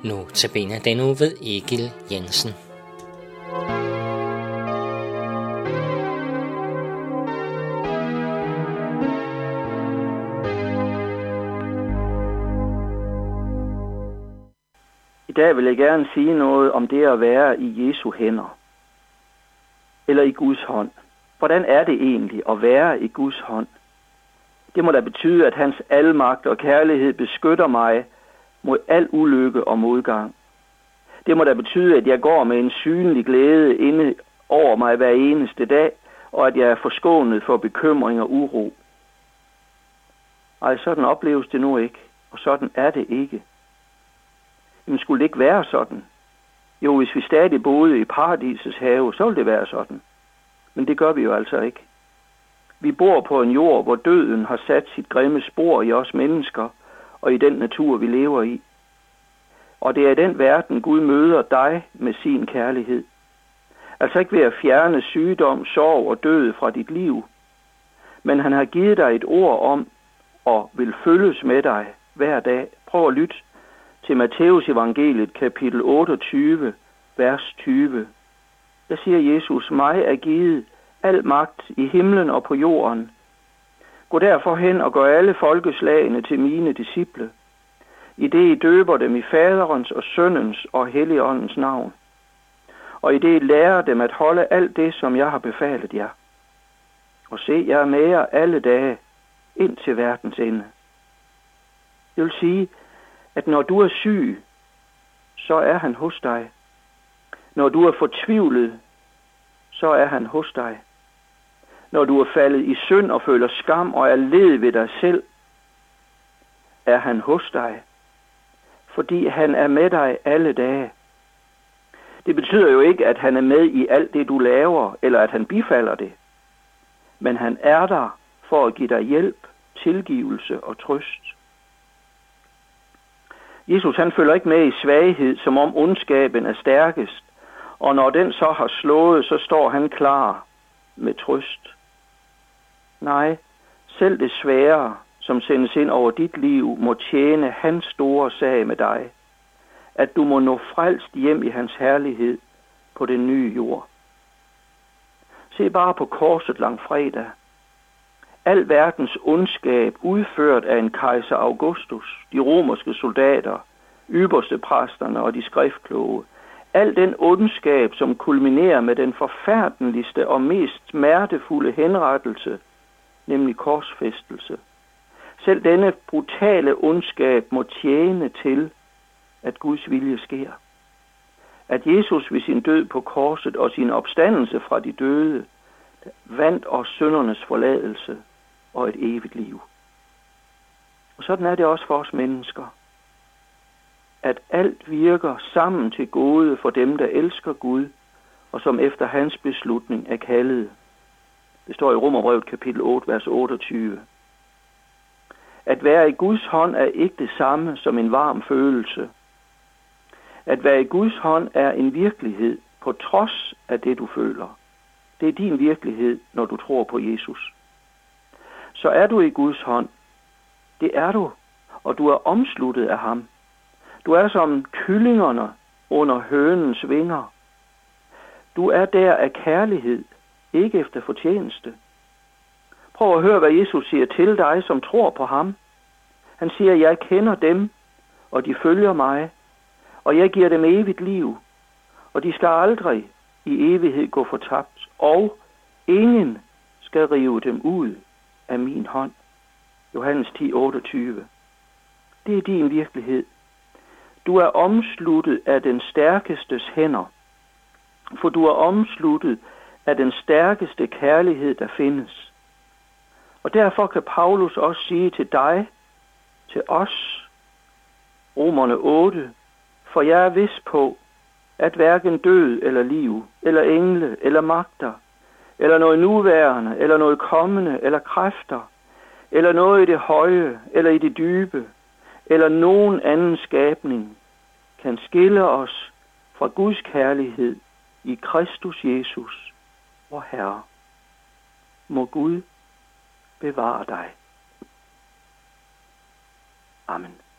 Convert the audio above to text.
Nu tabiner denne uge ved Egil Jensen. I dag vil jeg gerne sige noget om det at være i Jesu hænder. Eller i Guds hånd. Hvordan er det egentlig at være i Guds hånd? Det må da betyde, at hans almagt og kærlighed beskytter mig mod al ulykke og modgang. Det må da betyde, at jeg går med en synlig glæde inde over mig hver eneste dag, og at jeg er forskånet for bekymring og uro. Ej, sådan opleves det nu ikke, og sådan er det ikke. Jamen, skulle det ikke være sådan? Jo, hvis vi stadig boede i paradisets have, så ville det være sådan. Men det gør vi jo altså ikke. Vi bor på en jord, hvor døden har sat sit grimme spor i os mennesker, og i den natur, vi lever i. Og det er i den verden, Gud møder dig med sin kærlighed. Altså ikke ved at fjerne sygdom, sorg og død fra dit liv, men han har givet dig et ord om, og vil følges med dig hver dag. Prøv at lytte til Matteus evangeliet, kapitel 28, vers 20. Der siger Jesus, mig er givet al magt i himlen og på jorden. Gå derfor hen og gør alle folkeslagene til mine disciple, i det I døber dem i faderens og sønnens og helligåndens navn, og i det I lærer dem at holde alt det, som jeg har befalet jer. Og se, jeg er med jer alle dage ind til verdens ende. Det vil sige, at når du er syg, så er han hos dig. Når du er fortvivlet, så er han hos dig. Når du er faldet i synd og føler skam og er led ved dig selv, er han hos dig. Fordi han er med dig alle dage. Det betyder jo ikke, at han er med i alt det, du laver, eller at han bifalder det. Men han er der for at give dig hjælp, tilgivelse og trøst. Jesus han følger ikke med i svaghed, som om ondskaben er stærkest, og når den så har slået, så står han klar med trøst. Nej, selv det svære, som sendes ind over dit liv, må tjene hans store sag med dig, at du må nå frelst hjem i hans herlighed på den nye jord. Se bare på korset langfredag. Al verdens ondskab udført af en kejser Augustus, de romerske soldater, ypperste præsterne og de skriftkloge. Al den ondskab, som kulminerer med den forfærdeligste og mest smertefulde henrettelse, nemlig korsfæstelse. Selv denne brutale ondskab må tjene til, at Guds vilje sker. At Jesus ved sin død på korset og sin opstandelse fra de døde vandt os syndernes forladelse og et evigt liv. Og sådan er det også for os mennesker. At alt virker sammen til gode for dem, der elsker Gud, og som efter hans beslutning er kaldet. Det står i Romerbrevet kapitel 8, vers 28. At være i Guds hånd er ikke det samme som en varm følelse. At være i Guds hånd er en virkelighed på trods af det, du føler. Det er din virkelighed, når du tror på Jesus. Så er du i Guds hånd. Det er du, og du er omsluttet af ham. Du er som kyllingerne under hønens vinger. Du er der af kærlighed, ikke efter fortjeneste. Prøv at høre, hvad Jesus siger til dig, som tror på ham. Han siger, jeg kender dem, og de følger mig, og jeg giver dem evigt liv, og de skal aldrig i evighed gå fortabt, og ingen skal rive dem ud af min hånd. Johannes 10, 28. Det er din virkelighed. Du er omsluttet af den stærkestes hænder, for du er omsluttet af den stærkeste kærlighed, der findes. Og derfor kan Paulus også sige til dig, til os, Romerne 8, for jeg er vis på, at hverken død eller liv, eller engle, eller magter, eller noget nuværende, eller noget kommende, eller kræfter, eller noget i det høje, eller i det dybe, eller nogen anden skabning, kan skille os fra Guds kærlighed i Kristus Jesus, vor Herre. Må Gud bevare dig. Amen.